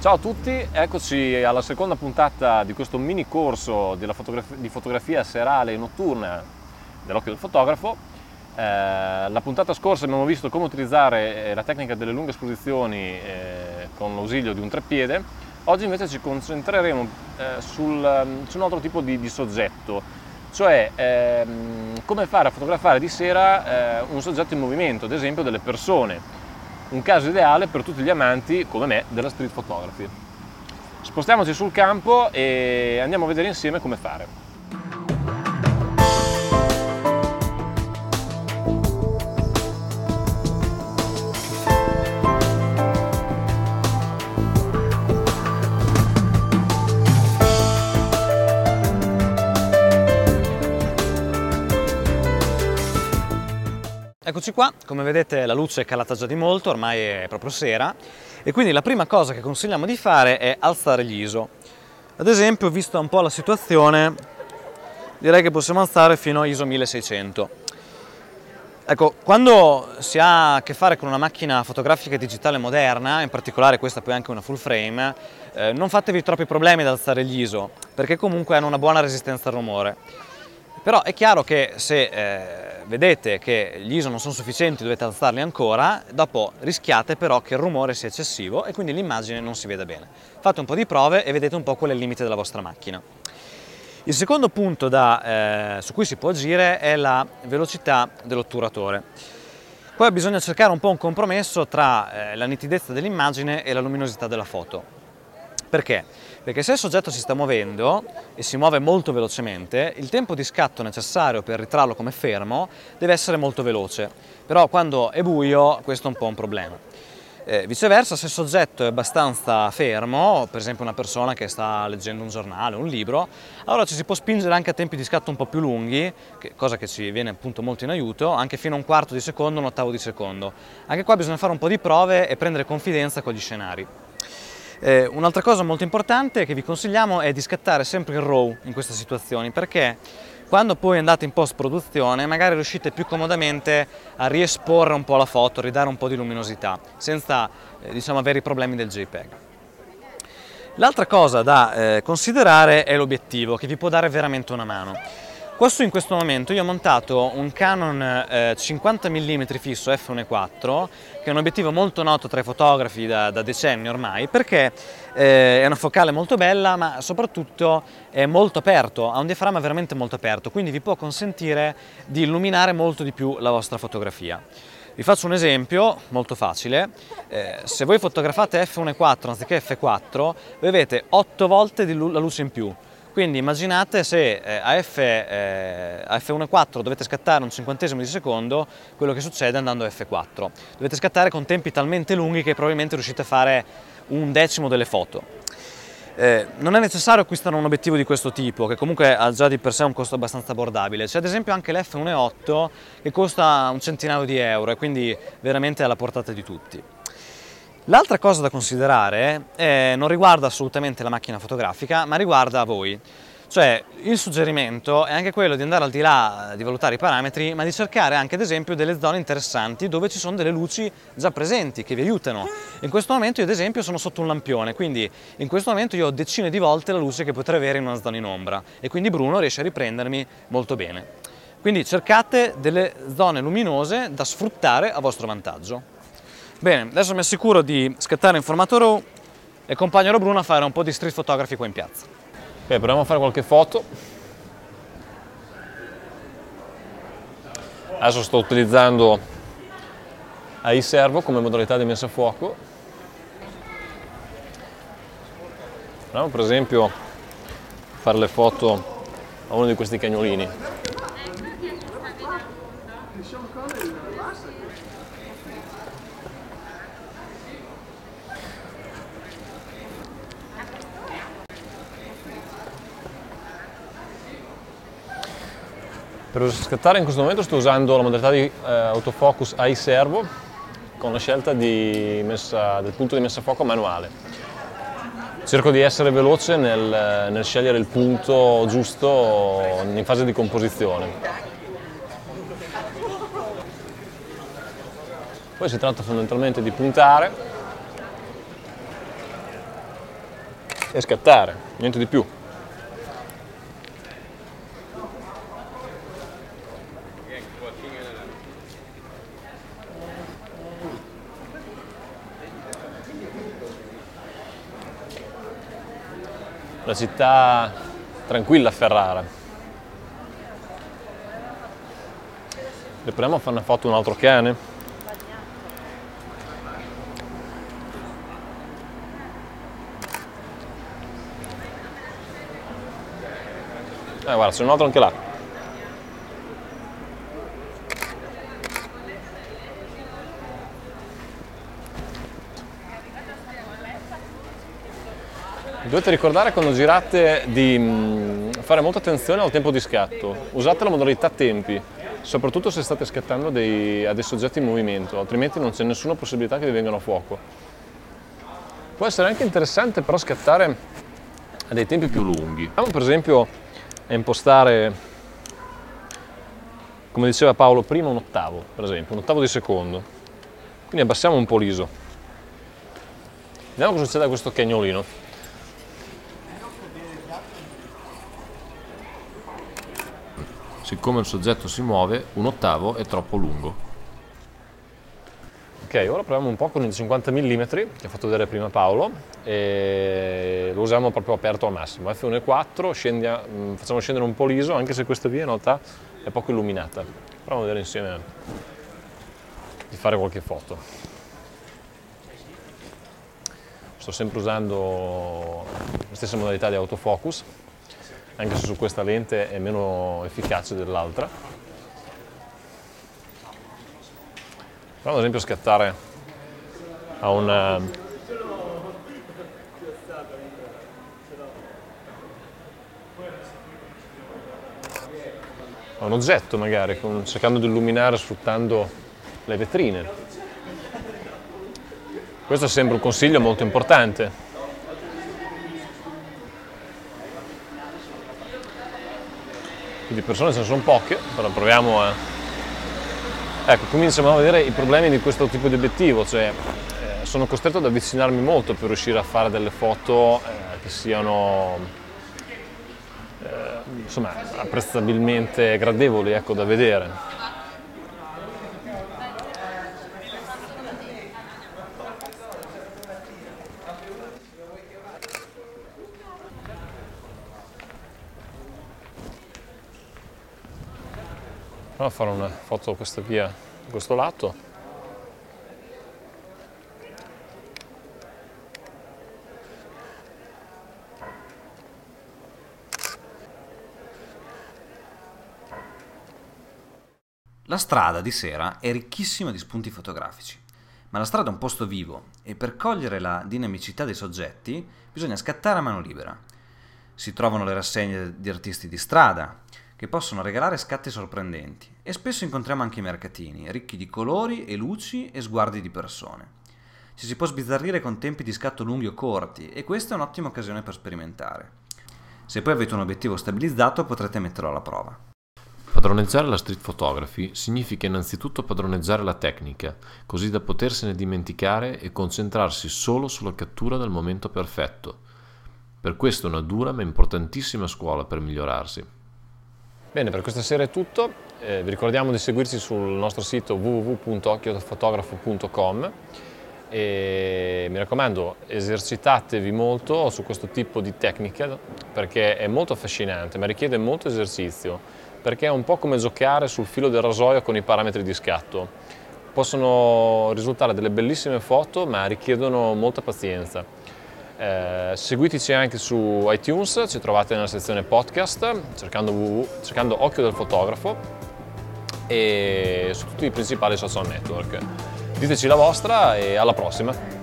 Ciao a tutti, eccoci alla seconda puntata di questo mini corso di fotografia serale e notturna dell'occhio del fotografo. La puntata scorsa abbiamo visto come utilizzare la tecnica delle lunghe esposizioni con l'ausilio di un treppiede. Oggi invece ci concentreremo su un altro tipo di soggetto, cioè come fare a fotografare di sera un soggetto in movimento, ad esempio delle persone. Un caso ideale per tutti gli amanti, come me, della street photography. Spostiamoci sul campo e andiamo a vedere insieme come fare. Eccoci qua, come vedete la luce è calata già di molto, ormai è proprio sera e quindi la prima cosa che consigliamo di fare è alzare l'ISO. Ad esempio, vista un po' la situazione, direi che possiamo alzare fino a ISO 1600. Ecco, quando si ha a che fare con una macchina fotografica digitale moderna, in particolare questa poi è anche una full frame, non fatevi troppi problemi ad alzare gli ISO, perché comunque hanno una buona resistenza al rumore. Però è chiaro che se vedete che gli ISO non sono sufficienti, dovete alzarli ancora, dopo rischiate però che il rumore sia eccessivo e quindi l'immagine non si veda bene. Fate un po' di prove e vedete un po' qual è il limite della vostra macchina. Il secondo punto su cui si può agire è la velocità dell'otturatore. Qua bisogna cercare un po' un compromesso tra la nitidezza dell'immagine e la luminosità della foto. Perché? Perché se il soggetto si sta muovendo e si muove molto velocemente, il tempo di scatto necessario per ritrarlo come fermo deve essere molto veloce, però quando è buio questo è un po' un problema. Viceversa, se il soggetto è abbastanza fermo, per esempio una persona che sta leggendo un giornale, un libro, allora ci si può spingere anche a tempi di scatto un po' più lunghi, cosa che ci viene appunto molto in aiuto, anche fino a un quarto di secondo, un ottavo di secondo. Anche qua bisogna fare un po' di prove e prendere confidenza con gli scenari. Un'altra cosa molto importante che vi consigliamo è di scattare sempre in RAW in queste situazioni, perché quando poi andate in post-produzione magari riuscite più comodamente a riesporre un po' la foto, ridare un po' di luminosità, senza diciamo, avere i problemi del JPEG. L'altra cosa da considerare è l'obiettivo, che vi può dare veramente una mano. In questo momento io ho montato un Canon 50 mm fisso f1.4, che è un obiettivo molto noto tra i fotografi da decenni ormai, perché è una focale molto bella, ma soprattutto è molto aperto, ha un diaframma veramente molto aperto, quindi vi può consentire di illuminare molto di più la vostra fotografia. Vi faccio un esempio molto facile: se voi fotografate f1.4 anziché f4, voi avete 8 volte la luce in più. Quindi immaginate se a f1.4 dovete scattare un cinquantesimo di secondo, quello che succede andando a f4. Dovete scattare con tempi talmente lunghi che probabilmente riuscite a fare un decimo delle foto. Non è necessario acquistare un obiettivo di questo tipo, che comunque ha già di per sé un costo abbastanza abbordabile. C'è ad esempio anche l'f1.8 che costa un centinaio di euro e quindi veramente è alla portata di tutti. L'altra cosa da considerare non riguarda assolutamente la macchina fotografica, ma riguarda voi. Cioè, il suggerimento è anche quello di andare al di là di valutare i parametri, ma di cercare anche ad esempio delle zone interessanti dove ci sono delle luci già presenti che vi aiutano. In questo momento io ad esempio sono sotto un lampione, quindi in questo momento io ho decine di volte la luce che potrei avere in una zona in ombra e quindi Bruno riesce a riprendermi molto bene. Quindi cercate delle zone luminose da sfruttare a vostro vantaggio. Bene, adesso mi assicuro di scattare in formato RAW e accompagnerò Bruno a fare un po' di street photography qua in piazza. Ok, proviamo a fare qualche foto. Adesso sto utilizzando AI Servo come modalità di messa a fuoco. Proviamo per esempio a fare le foto a uno di questi cagnolini. Per scattare in questo momento sto usando la modalità di autofocus AI Servo con la scelta del punto di messa a fuoco manuale. Cerco di essere veloce nel scegliere il punto giusto in fase di composizione. Poi si tratta fondamentalmente di puntare e scattare, niente di più. La città tranquilla, Ferrara. Proviamo a fare una foto a un altro cane. Guarda, c'è un altro anche là. Dovete ricordare quando girate di fare molta attenzione al tempo di scatto. Usate la modalità tempi, soprattutto se state scattando a dei soggetti in movimento, altrimenti non c'è nessuna possibilità che vi vengano a fuoco. Può essere anche interessante però scattare a dei tempi più lunghi. Andiamo per esempio a impostare, come diceva Paolo prima, un ottavo, per esempio, un ottavo di secondo. Quindi abbassiamo un po' l'ISO. Vediamo cosa succede a questo cagnolino. Siccome il soggetto si muove, un ottavo è troppo lungo. Ok, ora proviamo un po' con il 50 mm che ha fatto vedere prima Paolo e lo usiamo proprio aperto al massimo. F1.4, facciamo scendere un po' l'ISO, anche se questa via in realtà è poco illuminata. Proviamo a vedere insieme di fare qualche foto. Sto sempre usando la stessa modalità di autofocus, anche se su questa lente è meno efficace dell'altra. Proviamo ad esempio a scattare a un oggetto magari, cercando di illuminare sfruttando le vetrine. Questo è sempre un consiglio molto importante. Di persone ce ne sono poche, però proviamo a... Ecco, cominciamo a vedere i problemi di questo tipo di obiettivo, cioè sono costretto ad avvicinarmi molto per riuscire a fare delle foto che siano insomma apprezzabilmente gradevoli, ecco, da vedere. Proviamo a fare una foto da questa via, da questo lato. La strada di sera è ricchissima di spunti fotografici, ma la strada è un posto vivo e per cogliere la dinamicità dei soggetti bisogna scattare a mano libera. Si trovano le rassegne di artisti di strada, che possono regalare scatti sorprendenti, e spesso incontriamo anche i mercatini, ricchi di colori e luci e sguardi di persone. Ci si può sbizzarrire con tempi di scatto lunghi o corti, e questa è un'ottima occasione per sperimentare. Se poi avete un obiettivo stabilizzato potrete metterlo alla prova. Padroneggiare la street photography significa innanzitutto padroneggiare la tecnica, così da potersene dimenticare e concentrarsi solo sulla cattura del momento perfetto. Per questo è una dura ma importantissima scuola per migliorarsi. Bene, per questa sera è tutto. Vi ricordiamo di seguirci sul nostro sito www.occhiodafotografo.com e mi raccomando, esercitatevi molto su questo tipo di tecnica perché è molto affascinante, ma richiede molto esercizio, perché è un po' come giocare sul filo del rasoio con i parametri di scatto. Possono risultare delle bellissime foto, ma richiedono molta pazienza. Seguiteci anche su iTunes, ci trovate nella sezione podcast cercando Occhio del Fotografo e su tutti i principali social network. Diteci la vostra e alla prossima!